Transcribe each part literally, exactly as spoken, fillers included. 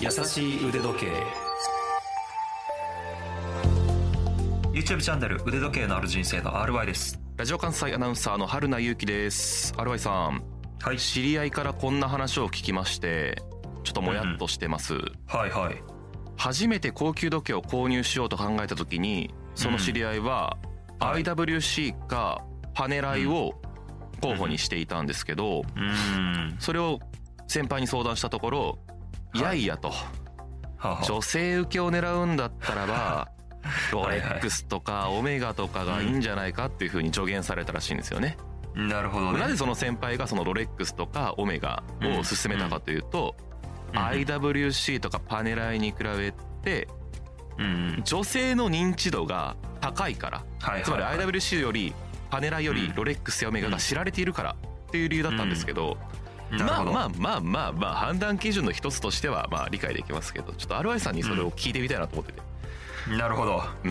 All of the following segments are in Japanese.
優しい腕時計。 YouTube チャンネル腕時計のある人生の アールワイ です。 ラジオ関西アナウンサーの春名優紀です。 アールワイ さん、 はい、 知り合いからこんな話を聞きまして、ちょっともやっとしてます、うん、 はいはい。 初めて高級時計を購入しようと考えた時に、その知り合いは アイダブリューシー かパネライを候補にしていたんですけど、 うん、 それを先輩に相談したところ、いやいやと、はい、女性受けを狙うんだったらばロレックスとかオメガとかがいいんじゃないかっていう風に助言されたらしいんですよね。 なるほどね。 なぜその先輩がそのロレックスとかオメガを勧めたかというと、うんうん、アイダブリューシー とかパネライに比べて、うん、女性の認知度が高いから、はいはいはい、つまり アイダブリューシー よりパネライよりロレックスやオメガが知られているからっていう理由だったんですけど、うんうん、まあまあまあまあまあ判断基準の一つとしてはまあ理解できますけど、ちょっと アールワイ さんにそれを聞いてみたいなと思ってて、 うん、なるほど。うん、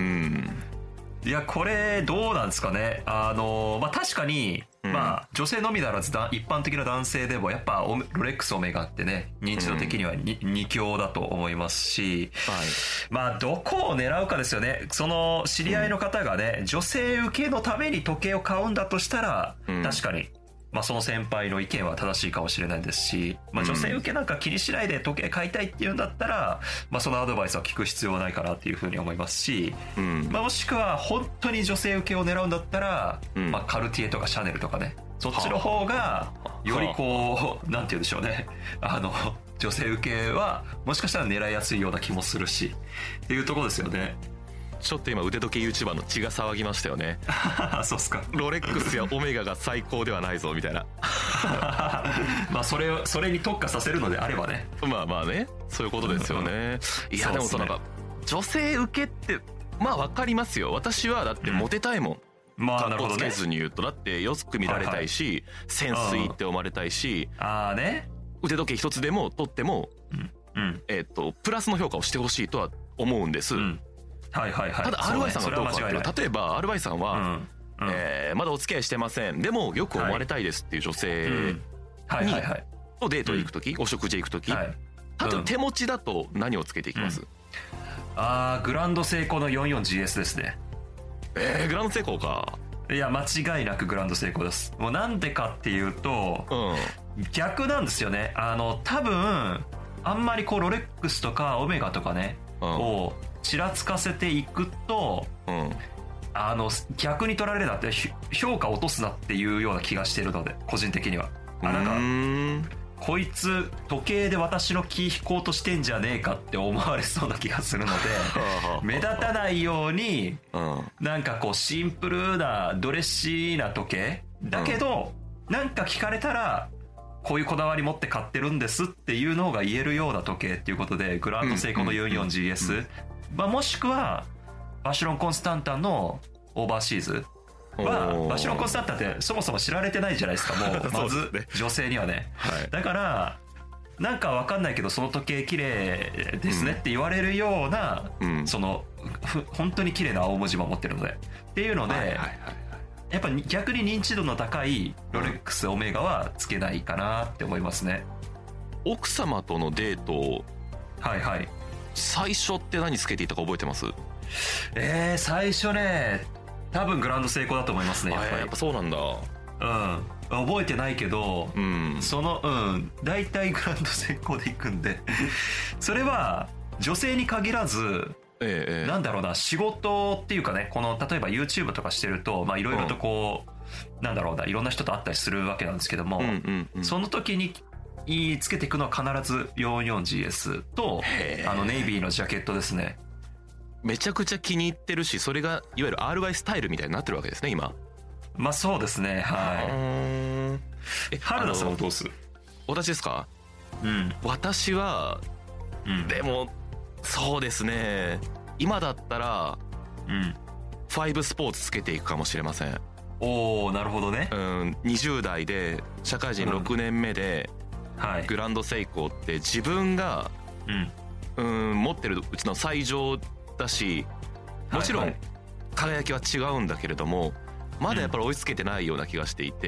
いやこれどうなんですかね。あのまあ確かに、うん、まあ女性のみならず一般的な男性でもやっぱロレックスオメガってね、認知度的には に、うん、に強だと思いますし、はい、まあどこを狙うかですよね。その知り合いの方がね、うん、女性受けのために時計を買うんだとしたら、うん、確かにまあその先輩の意見は正しいかもしれないですし、まあ女性受けなんか気にしないで時計買いたいっていうんだったら、まあそのアドバイスは聞く必要はないかなっていうふうに思いますし、まあもしくは本当に女性受けを狙うんだったら、まあカルティエとかシャネルとかね、そっちの方がよりこう、なんて言うんでしょうね、あの女性受けはもしかしたら狙いやすいような気もするしっていうところですよね。 ちょっと今腕時計 YouTuber の血が騒ぎましたよね。 そうっすか。 ロレックスやオメガが最高ではないぞみたいな。 まあそれをそれに特化させるのであればね。 まあまあね、そういうことですよね。いやでもそのなんか女性受けってまあわかりますよ。私はだってモテたいもん。 うん、まあなるほどね。かっこつけずに言うとだって安く見られたいし、はいはい、センスいいって思われたいし、 ああね、 腕時計一つでも取っても、うんうん、えっとプラスの評価をしてほしいとは思うんです。うん、 はいはいはい。 ただ アールワイ さんはどうかっていうと、例えば アールワイ さんは、うんうんえー、まだお付き合いしてません、でもよく思われたいですっていう女性にとデート行くとき、うん、お食事行くとき、はい、例えば手持ちだと何をつけていきます？うん、 あーグランドセイコーの よんじゅうよんジーエス ですね。 えー、グランドセイコーか。 いや間違いなくグランドセイコーです。もうなんでかっていうと、うん、逆なんですよね。あの多分あんまりこうロレックスとかオメガとかね、うん、をちらつかせていくと、うん、あの逆に取られるなって評価落とすなっていうような気がしているので、個人的にはあなんかこいつ時計で私の気引こうとしてんじゃねえかって思われそうな気がするので目立たないように、うん、なんかこうシンプルなドレッシーな時計だけど、うん、なんか聞かれたらこういうこだわり持って買ってるんですっていうのが言えるような時計っていうことで、グランドセイコーの よんじゅうよんジーエス、まあ、もしくはバシロンコンスタンタンのオーバーシーズは、バシロンコンスタンタンってそもそも知られてないじゃないですか、もうまず女性にはね、はい、だからなんか分かんないけどその時計綺麗ですねって言われるような、うん、その本当に綺麗な青文字も持ってるのでっていうので、はいはいはい、やっぱ逆に認知度の高いロレックスオメガはつけないかなって思いますね。 奥様とのデート、はいはい、最初って何つけていたか覚えてます？ えー、最初ね多分グランドセイコーだと思いますね。やっぱりやっぱそうなんだ。 うん覚えてないけど、うん、そのうん大体グランドセイコーで行くんでそれは女性に限らず、ええ、なんだろうな、仕事っていうかね、この例えば YouTube とかしてるとまあいろいろとこう、うん、なんだろうないろんな人と会ったりするわけなんですけども、うんうんうん、その時につけていくのは必ず よんじゅうよんジーエス とあのネイビーのジャケットですね。 めちゃくちゃ気に入ってるし、それがいわゆる アールワイ スタイルみたいになってるわけですね今。 まあそうですね、はい。え春菜さんはどうする？ 私ですか？ うん、 私は、うん、でもそうですね、今だったら、うん、ファイブスポーツつけていくかもしれません。 おーなるほどね。 うん、にじゅう代で社会人ろくねんめで、うんはい、グランドセイコーって自分が、うん、うん持ってるうちの最上だし、もちろん輝きは違うんだけれどもまだやっぱり追いつけてないような気がしていて、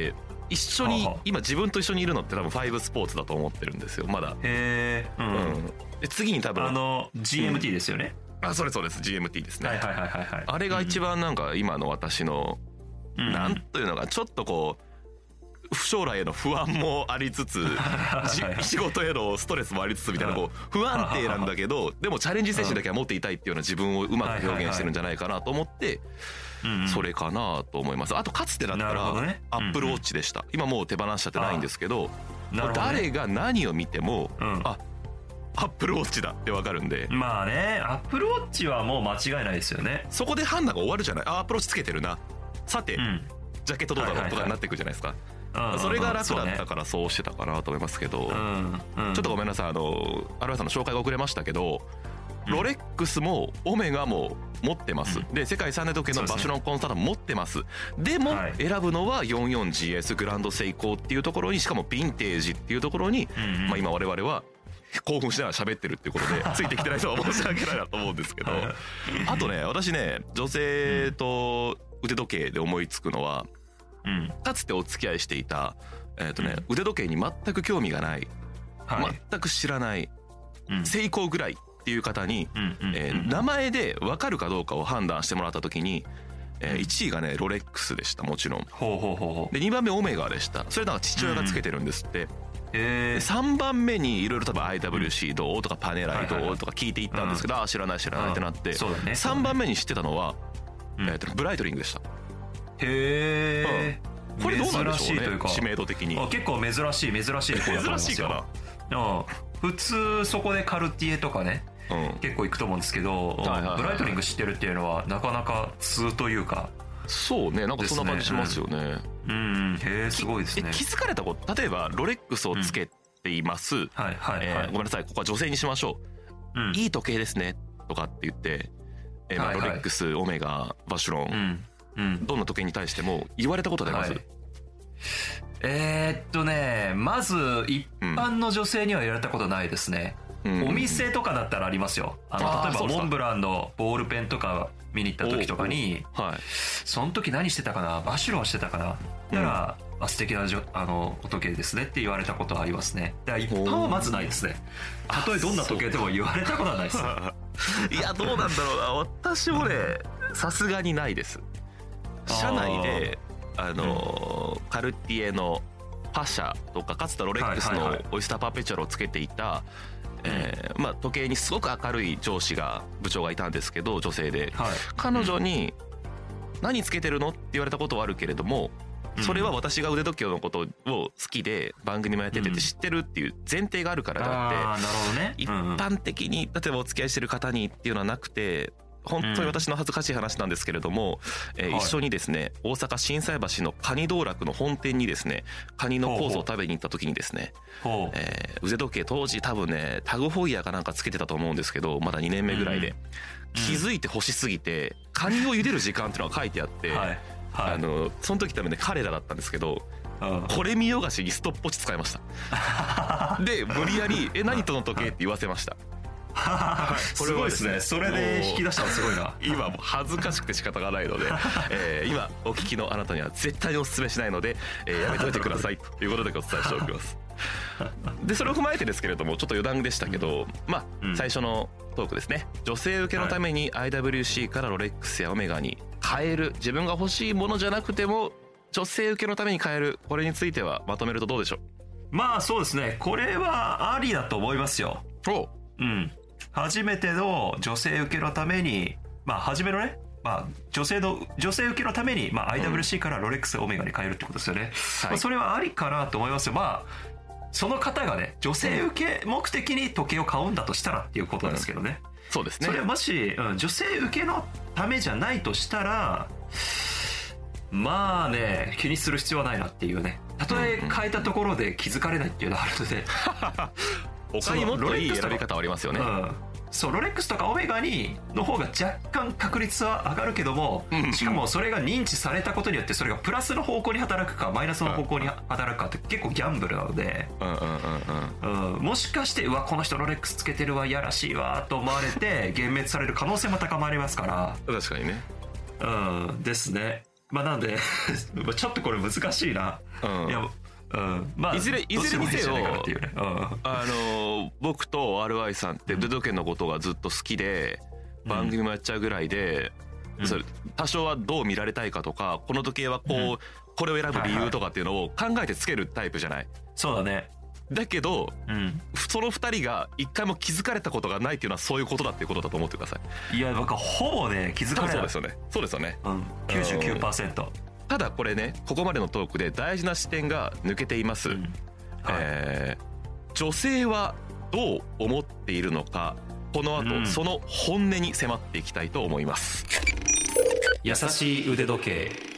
一緒に今自分と一緒にいるのって多分ファイブスポーツだと思ってるんですよまだ。 へえ、うん、うん、 で次に多分あの ジーエムティー ですよね、 うん、あそれそうです ジーエムティー ですね。 はいはいはいはい、はい、 あれが一番なんか今の私の、うん、なんというのがちょっとこう将来への不安もありつつ仕事へのストレスもありつつみたいなこう不安定なんだけどでもチャレンジ精神だけは持っていたいっていうような自分をうまく表現してるんじゃないかなと思ってそれかなと思います。あとかつてだったらアップルウォッチでした。今もう手放しちゃってないんですけど誰が何を見てもあアップルウォッチだってわかるんで。 まあねアップルウォッチはもう間違いないですよね。 そこで判断が終わるじゃない。あアップルウォッチつけてるなさてジャケットどうだろうとかになっていくじゃないですか。それが楽だったからそうしてたかなと思いますけど、うんうん、ちょっとごめんなさいあのアルファさんの紹介が遅れましたけど、うん、ロレックスもオメガも持ってます、うん、で世界三大時計のバシュロンコンスタントも持ってます。でも選ぶのは よんじゅうよんジーエス グランドセイコーっていうところにしかもヴィンテージっていうところに、うんうんまあ、今我々は興奮しながら喋ってるっていうことでついてきてない人は申し訳ないなと思うんですけどあとね私ね女性と腕時計で思いつくのはうん、かつてお付き合いしていた、えーとねうん、腕時計に全く興味がない、はい、全く知らない、うん、セイコーぐらいっていう方に、うんえー、名前で分かるかどうかを判断してもらった時に、えー、いちいがねロレックスでしたもちろん。ほうほうほうほうでにばんめオメガでした。それなんか父親がつけてるんですって、うん、さんばんめにいろいろ多分 アイダブリューシー どうとかパネライどうとか聞いていったんですけど、うん、あ知らない知らないってなって、うんね、さんばんめに知ってたのは、うんえー、とブライトリングでした。 へえ、 うん、これどうなんでしょうね知名度的に。 結構珍しい珍しい子だと思いますよ。うん普通そこでカルティエとかね、うん、結構行くと思うんですけど、はいはいはいはい、ブライトリング知ってるっていうのはなかなか通というか。 そうねなんかそんな感じしますよね。 うん、うん、へえすごいですね。 気づかれたこと例えばロレックスをつけています、うんはいはいはいえー、ごめんなさいここは女性にしましょう、うん、いい時計ですねとかって言って、えーまあ、はいはい、ロレックスオメガバシュロン、うんうん、どんな時計に対しても言われたことあります？はい、 えー、っとねまず一般の女性には言われたことないですね、うん、お店とかだったらありますよ。あの例えばモンブランのボールペンとか見に行った時とかに、はい、その時何してたかなバシュロンしてたかなだから、うん、あ素敵なあの時計ですねって言われたことはありますね。だから一般はまずないですね。たとえどんな時計でも言われたことはないですいやどうなんだろうな私もねさすがにないです。社内であの、うん、カルティエのパシャとかかつてロレックスのオイスターパーペチュアルをつけていた、えーまあ、時計にすごく明るい上司が部長がいたんですけど女性で、はい、彼女に「何つけてるの?」って言われたことはあるけれどもそれは私が腕時計のことを好きで番組もやってて知ってるっていう前提があるからであって一般的に例えばお付き合いしてる方にっていうのはなくて本当に私の恥ずかしい話なんですけれども、うんえー、一緒にですね大阪心斎橋のカニ道楽の本店にですねカニのコースを食べに行った時にですね、えー、腕時計当時多分ねタグホイヤーかなんかつけてたと思うんですけどまだにねんめぐらいで、うん、気づいて欲しすぎてカニを茹でる時間っていうのが書いてあって、はいはい、あのその時多分ね彼らだったんですけどこれ見よがしにストップウォッチ使いましたで無理やり「え何との時計?」って言わせましたこれはですねそれで引き出したのすごいな今も恥ずかしくて仕方がないので、えー、今お聞きのあなたには絶対にお勧めしないので、えー、やめといてくださいということでお伝えしておきますでそれを踏まえてですけれどもちょっと余談でしたけどまあ、うん、最初のトークですね女性受けのために アイダブリューシー からロレックスやオメガに変える自分が欲しいものじゃなくても女性受けのために変えるこれについてはまとめるとどうでしょう？ まあそうですねこれはありだと思いますよ。 おうん初めての女性受けのためにまあ初めのねまあ女性の女性受けのためにまあ アイダブリューシー からロレックスオメガに変えるってことですよね、うんまあ、それはありかなと思いますよ。まあその方がね女性受け目的に時計を買うんだとしたらっていうことですけどね、うん、 そうですね。 それはもし、うん、女性受けのためじゃないとしたらまあね気にする必要はないなっていうね。たとえ変えたところで気づかれないっていうのがあるので他にもっといい選び方はありますよね、うん、 そうロレックスとかオメガにの方が若干確率は上がるけども、うん、しかもそれが認知されたことによってそれがプラスの方向に働くかマイナスの方向に働くかって結構ギャンブルなので、うんうんうんうん、もしかしてうわこの人ロレックスつけてるわいやらしいわと思われて幻滅される可能性も高まりますから確かにねうんですね。 まあなんでちょっとこれ難しいな、うん、いやうん、まあいずれいずれにせよ、 ね、うん、 あの僕と アールワイ さんって腕時計のことがずっと好きで、うん、番組もやっちゃうぐらいで、うん、それ多少はどう見られたいかとかこの時計はこう、うん、これを選ぶ理由とかっていうのを考えてつけるタイプじゃない。 そうだね。 だけど、うん、そのふたりが一回も気づかれたことがないっていうのはそういうことだっていうことだと思ってください。 いや僕はほぼね気づかれない。 そうですよね。そうですよね、 うん、きゅうじゅうきゅうパーセント。 ただこれねここまでのトークで大事な視点が抜けています、うん、はい、えー、女性はどう思っているのかこの後、うん、その本音に迫っていきたいと思います。 優しい腕時計。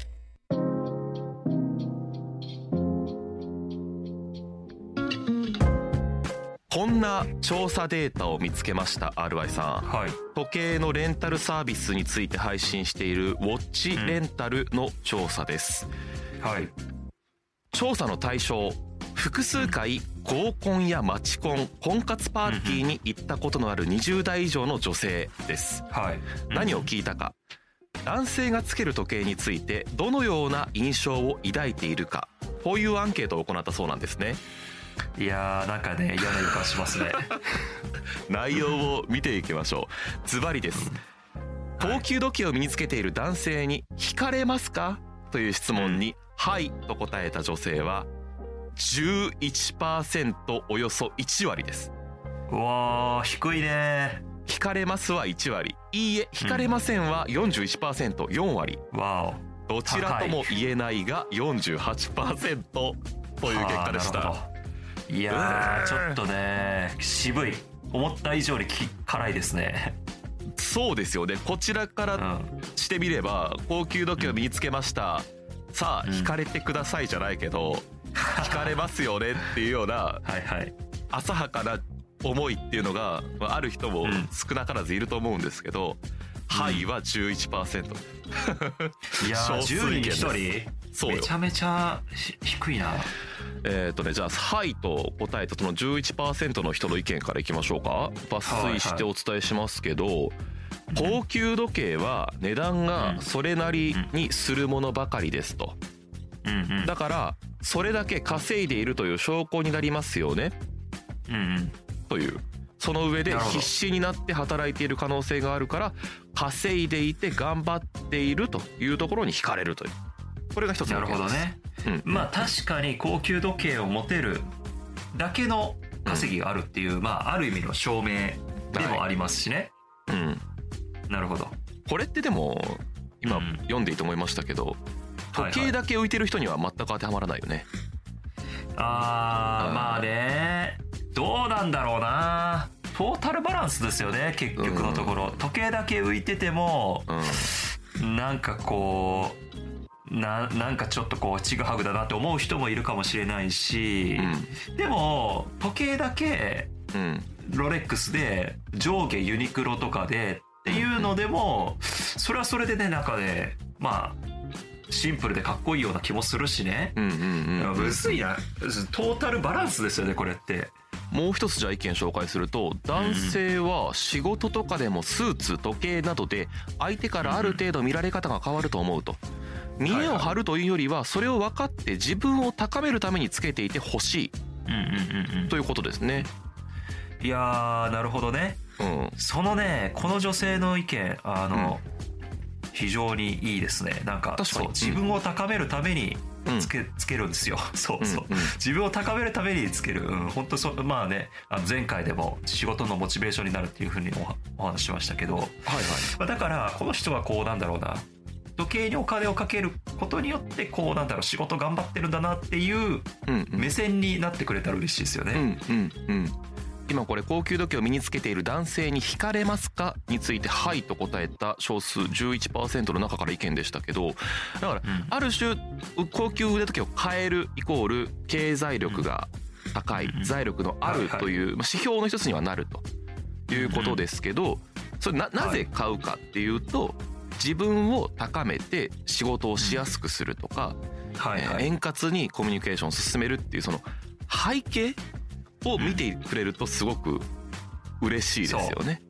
こんな調査データを見つけました アールワイ さん、はい、時計のレンタルサービスについて配信しているウォッチレンタルの調査です、うん、はい、調査の対象複数回合コンやマチコン婚活パーティーに行ったことのあるにじゅう代以上の女性です、はい、何を聞いたか、男性がつける時計についてどのような印象を抱いているか、こういうアンケートを行ったそうなんですね。 いやーなんかね嫌な予感しますね内容を見ていきましょう。ズバリです、高級時計を身につけている男性に惹かれますかという質問に、うん、はいと答えた女性は じゅういちパーセント、 およそいち割です。 うわー低いね。 惹かれますはいち割、いいえ惹かれませんは よんじゅういちパーセント、よん割、 わお、どちらとも言えないが よんじゅうはちパーセント という結果でした。 いやーちょっとね渋い、思った以上に辛いですね。 そうですよね。こちらからしてみれば、うん、高級時計を身につけました、うん、さあ惹かれてくださいじゃないけど、うん、惹かれますよねっていうようなはいはい浅はかな思いっていうのがある人も少なからずいると思うんですけど、うん、はいは じゅういちパーセントいやーじゅうにんにひとり、そうよ、めちゃめちゃ低いな。 えーとね、じゃあはいと答えたその じゅういちパーセント の人の意見からいきましょうか。抜粋してお伝えしますけど、はいはい、高級時計は値段がそれなりにするものばかりですと、うんうん、だからそれだけ稼いでいるという証拠になりますよね、うんうん、という、その上で必死になって働いている可能性があるから稼いでいて頑張っているというところに惹かれるという、これが一つの意見です。なるほどね、 うん、まあ確かに高級時計を持てるだけの稼ぎがあるっていう、うん、まあある意味の証明でもありますしね、はい、うん、なるほど。 これってでも今読んでいいと思いましたけど、うん、時計だけ浮いてる人には全く当てはまらないよね。 あー、まあね、どうなんだろうな。トータルバランスですよね結局のところ、うん、時計だけ浮いてても、うん、なんかこうな, なんかちょっとこうちぐはぐだなって思う人もいるかもしれないし、うん、でも時計だけロレックスで上下ユニクロとかでっていうのでもそれはそれでね、なんかね、まあシンプルでかっこいいような気もするしね。むずいな。トータルバランスですよねこれって。 もう一つじゃあ意見紹介すると、男性は仕事とかでもスーツ時計などで相手からある程度見られ方が変わると思うと、見栄を張るというよりはそれを分かって自分を高めるためにつけていてほしいということですね。 いやーなるほどね、うん、そのねこの女性の意見あの、うん、非常にいいですね。なんかそう自分を高めるためにつけ、うん、つけるんですよ。そうそう、うんうん、自分を高めるためにつける、うん、本当そまあね、あの前回でも仕事のモチベーションになるっていうふうに お, お話ししましたけど、はいはい、だからこの人はこうなんだろうな、時計にお金をかけることによってこうなんだろう仕事頑張ってるんだなっていう目線になってくれたら嬉しいですよね。うんうんうん、 今これ高級時計を身につけている男性に惹かれますかについてはいと答えた少数 じゅういちパーセント の中から意見でしたけど、だからある種高級腕時計を買えるイコール経済力が高い、財力のあるという指標の一つにはなるということですけど、それ な, なぜ買うかっていうと、自分を高めて仕事をしやすくするとか、はいはい、円滑にコミュニケーションを進めるっていうその背景を見てくれるとすごく嬉しいですよね。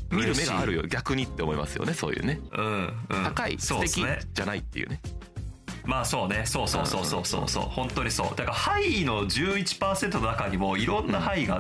見る目があるよ逆にって思いますよね。そういうね、 うん、うん、 高い素敵じゃないっていうね。 まあそうね、そうそうそうそうそうそう、本当にそう。だから範囲の じゅういちパーセント の中にもいろんな範囲があって、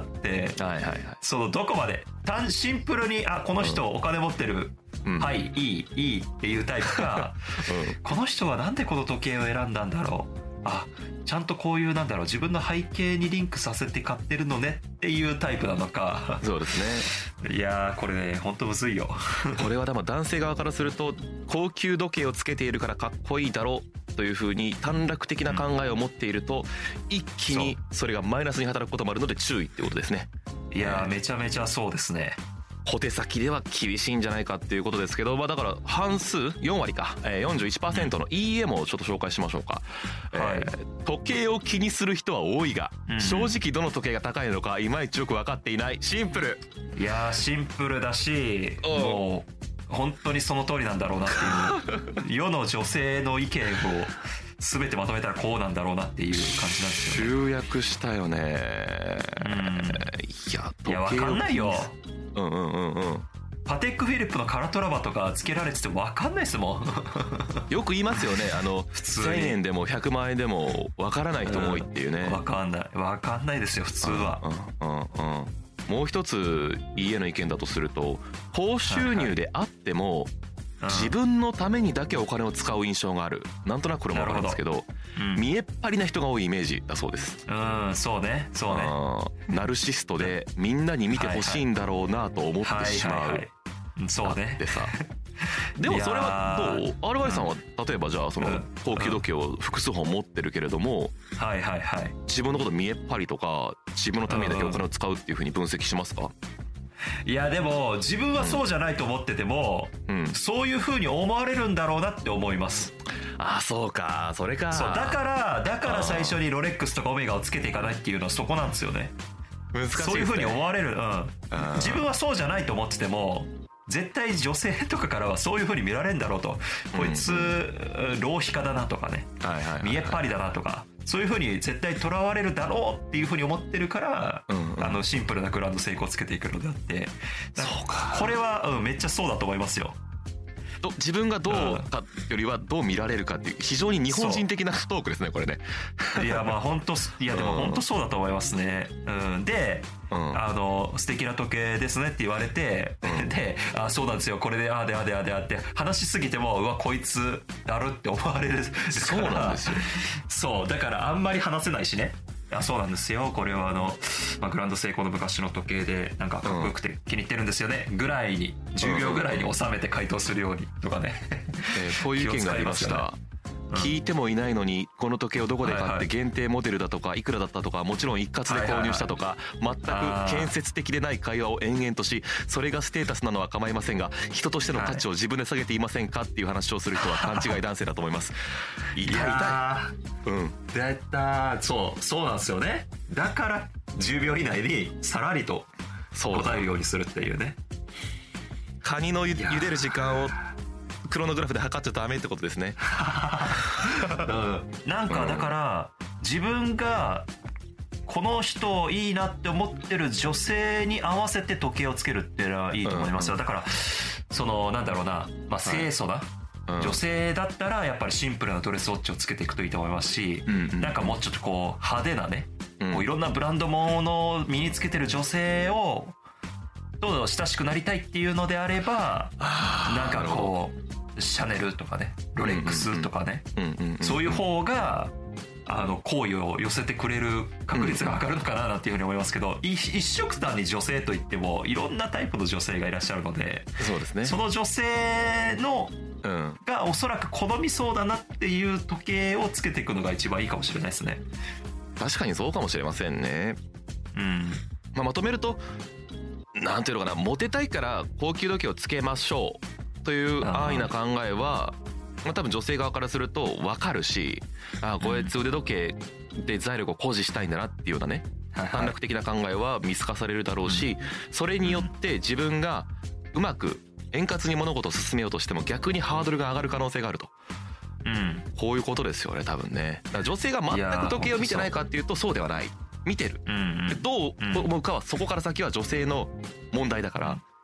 はいはいはい、 そのどこまで単シンプルにあこの人お金持ってる、うん、はいいいいいっていうタイプか、うん、この人はなんでこの時計を選んだんだろう、あちゃんとこういうなんだろう自分の背景にリンクさせて買ってるのねっていうタイプなのか。 そうですね。いやーこれね本当むずいよ。 これはでも男性側からすると高級時計をつけているからかっこいいだろうというふうに短絡的な考えを持っていると、うん、一気にそれがマイナスに働くこともあるので注意ってことですね。 いやーめちゃめちゃそうですね。 小手先では厳しいんじゃないかっていうことですけど、まあ、だから半数よん割か よんじゅういちパーセント の いいえもちょっと紹介しましょうか、はいえー、時計を気にする人は多いが、うん、正直どの時計が高いのかいまいちよく分かっていない。シンプル。 いやーシンプルだしもう本当にその通りなんだろうなっていう世の女性の意見を全てまとめたらこうなんだろうなっていう感じなんですよね。 集約したよね、うん、いや時計をいや分かんないよ。 うんうんうんうん。 パテックフィリップのカラトラバとかつけられてても分かんないですもん。 よく言いますよね。あのせんえんでもひゃくまんえんでも分からない人も多いっていうね、 うん、分かんない分かんないですよ普通は。 うんうんうん、もう一ついいえの意見だとすると、高収入であっても、はいはい自分のためにだけお金を使う印象がある。なんとなくこれも分かるんですけど、うん、見えっ張りな人が多いイメージだそうです。 うんそうねそうね。 ナルシストでみんなに見てほしいんだろうなと思ってしまう。 そうね。 でさでもそれはどう アールワイ さんは例えばじゃあその高級時計を複数本持ってるけれども、 はいはいはい、 自分のこと見えっ張りとか自分のためにだけお金を使うっていうふうに分析しますか？ いやでも自分はそうじゃないと思ってても、うん、そういう風に思われるんだろうなって思います。 ああそうかそれか。 そうだからだから最初にロレックスとかオメガをつけていかないっていうのはそこなんですよね。 難しいですね。 そういう風に思われる、うん、自分はそうじゃないと思ってても絶対女性とかからはそういう風に見られるんだろうと、こいつ浪費家だなとかね、見えっ張りだなとかそういう風に絶対とらわれるだろうっていう風に思ってるから、うんうん、あのシンプルなグランドセイコーつけていくのであって、 そうかこれは、うん、めっちゃそうだと思いますよ。 自分がどうかよりはどう見られるかっていう非常に日本人的なトークですねこれね。 いやまあ本当いやでも本当そうだと思いますね。うん、で、うん、あの素敵な時計ですねって言われて、うん、であそうなんですよこれでああでああでああであって話しすぎてもうわこいつだるって思われる。 そうなんですよ。 そうだからあんまり話せないしね。あそうなんですよこれはあの、まあ、グランドセイコーの昔の時計でなんかかっこよくて気に入ってるんですよねぐらいにじゅうびょうぐらいに収めて回答するようにとかね、 えー、こういう意見がありました。聞いてもいないのにこの時計をどこで買って限定モデルだとかいくらだったとかもちろん一括で購入したとか全く建設的でない会話を延々とし、それがステータスなのは構いませんが人としての価値を自分で下げていませんかっていう話をする人は勘違い男性だと思います。痛い痛い。うんだったそうそうなんですよね。だからじゅうびょう以内にさらりと答えるようにするっていうね。 カニのゆ茹でる時間をクロノグラフで測っちゃダメってことですね。 うん、なんかだから自分がこの人いいなって思ってる女性に合わせて時計をつけるっていうのはいいと思いますよ。だからそのなんだろうな、まあ、清楚な女性だったらやっぱりシンプルなドレスウォッチをつけていくといいと思いますし、なんかもうちょっとこう派手なね、こういろんなブランドものを身につけてる女性をと親しくなりたいっていうのであればなんかこうシャネルとかねロレックスとかねそういう方があの好意を寄せてくれる確率が上がるのかななんていうふうに思いますけど、一色単に女性といってもいろんなタイプの女性がいらっしゃるので、 そうですね、 その女性のがおそらく好みそうだなっていう時計をつけていくのが一番いいかもしれないですね。 確かにそうかもしれませんね。うん、まあ、まとめるとなんていうのかな、モテたいから高級時計をつけましょうという安易な考えは、まあ、多分女性側からすると分かるし、あこいつ腕時計で財力を誇示したいんだなっていうようなね短絡的な考えは見透かされるだろうし、それによって自分がうまく円滑に物事を進めようとしても逆にハードルが上がる可能性があると。うん、こういうことですよね多分ね。だから女性が全く時計を見てないかっていうとそうではない、見てる、うんうん、どう思うかはそこから先は女性の問題だから、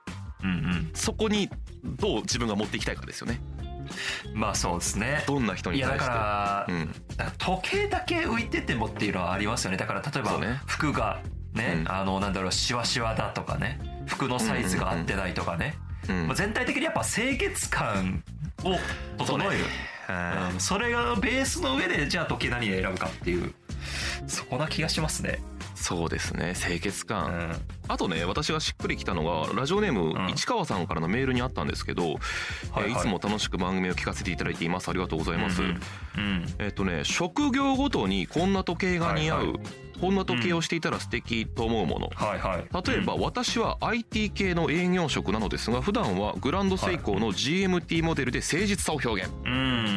うんうん、 そこにどう自分が持っていきたいかですよね。 まあそうですね。 どんな人に対して。いやだから、 うん、だから時計だけ浮いててもっていうのはありますよね。だから例えば服がね、うん、あのなんだろうシワシワだとかね、服のサイズが合ってないとかね、うんうんうん、全体的にやっぱ清潔感を整える、うん、それがベースの上でじゃあ時計何選ぶかっていう、そこな気がしますね。 そうですね、清潔感、うん、あとね私がしっくりきたのがラジオネーム、うん、市川さんからのメールにあったんですけど、はいはい、えー、いつも楽しく番組を聞かせていただいています、ありがとうございます、うんうんうん、えっとね職業ごとにこんな時計が似合う、はいはい、こんな時計をしていたら素敵と思うもの、うんはいはい、例えば、うん、私は アイティー 系の営業職なのですが普段はグランドセイコーの ジーエムティー モデルで誠実さを表現、うん、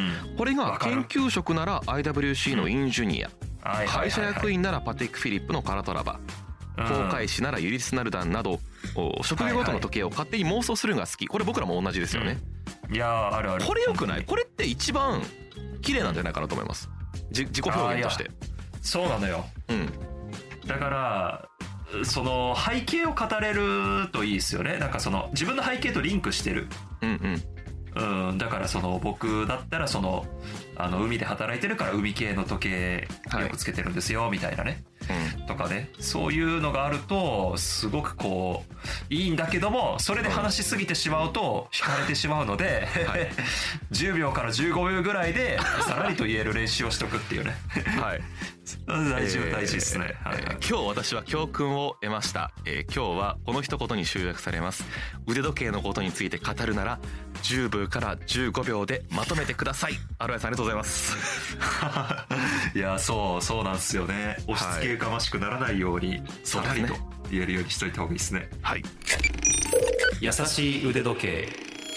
これが研究職なら アイダブリューシー のインジュニア、うん、会社役員ならパテックフィリップのカラトラバ、航海士ならユリス・ナルダンなど職業ごとの時計を勝手に妄想するのが好き。これ僕らも同じですよね、 うん、いやあるある。 これよくない？これって一番綺麗なんじゃないかなと思います。自己表現として。 そうなのよ、うん、だからその背景を語れるといいですよね。なんかその自分の背景とリンクしてる、うんうんうん、だからその僕だったらそのあの海で働いてるから海系の時計よくつけてるんですよ、はい、みたいなね、うん、とかね、そういうのがあるとすごくこういいんだけども、それで話しすぎてしまうと惹かれてしまうので、はい、じゅうびょうからじゅうごびょうぐらいでさらりと言える練習をしとくっていうね、はい、大事、えー、大事ですね、はいはい、 えー、今日私は教訓を得ました、えー、今日はこの一言に集約されます。腕時計のことについて語るならじゅうびょうからじゅうごびょうでまとめてください。アロヤさんありがとうございます。 いやそうそうなんですよね。押し付けがましくならないように、はい、さらりと言えるようにしといた方がいいですね。 はい。 優しい腕時計。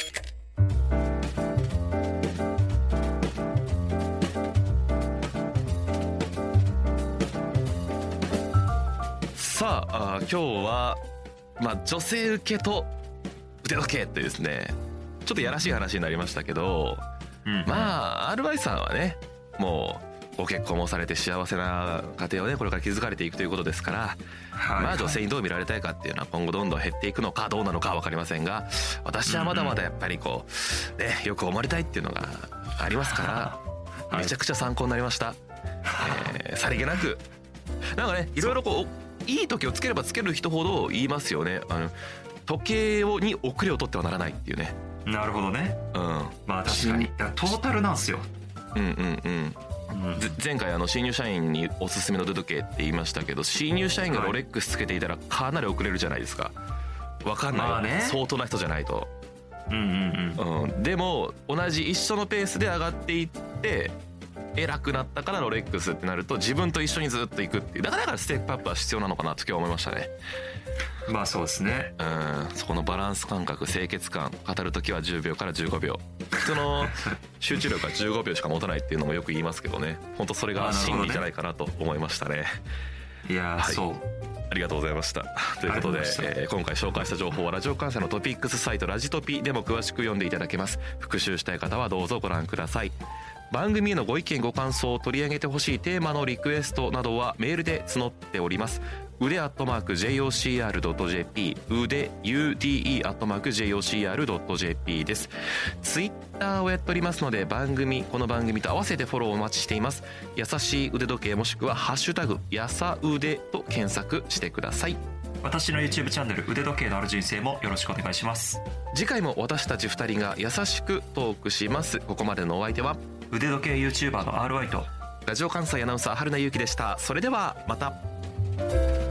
さあ、あ今日は、まあ、女性受けと腕時計ってですね、ちょっとやらしい話になりましたけど、うん、まあ アールワイ さんはねもうご結婚もされて幸せな家庭をねこれから築かれていくということですから、はいはい、まあ女性にどう見られたいかっていうのは今後どんどん減っていくのかどうなのか分かりませんが、私はまだまだやっぱりこう、ね、よく思われたいっていうのがありますからめちゃくちゃ参考になりました、えー、さりげなくなんかねいろいろこういい時計をつければつける人ほど言いますよね。あの時計をに遅れを取ってはならないっていうね。 なるほどね、うん、まあ確かにトータルなんですよ。 うんうんうん、うん、前回あの新入社員におすすめの腕時計って言いましたけど、新入社員がロレックスつけていたらかなり遅れるじゃないですか。分かんない、まあね、相当な人じゃないと、うんうんうんうん、でも同じ一緒のペースで上がっていって偉くなったからロレックスってなると自分と一緒にずっと行くっていう、だからステップアップは必要なのかなと今日思いましたね。 まあそうですね、 うん、そこのバランス感覚、清潔感、語るときはじゅうびょうからじゅうごびょう、その集中力がじゅうごびょうしか持たないっていうのもよく言いますけどね、本当それが真理じゃないかなと思いましたね。 いや、はい、そうありがとうございました。ということで、えー、今回紹介した情報はラジオ関西のトピックスサイトラジトピでも詳しく読んでいただけます。復習したい方はどうぞご覧ください。番組へのご意見ご感想、取り上げてほしいテーマのリクエストなどはメールで募っております。腕アットマーク ジェイオーシーアールドットジェーピー 腕 ユーディーイー アットマーク ジェイオーシーアールドットジェーピー です。ツイッターをやっておりますので、番組この番組と合わせてフォローお待ちしています。優しい腕時計もしくはハッシュタグやさ腕と検索してください。 私の YouTube チャンネル腕時計のある人生もよろしくお願いします。 次回も私たちふたりが優しくトークします。ここまでのお相手は腕時計 YouTuber の アールワイ とラジオ関西アナウンサー春名由紀でした。それではまた。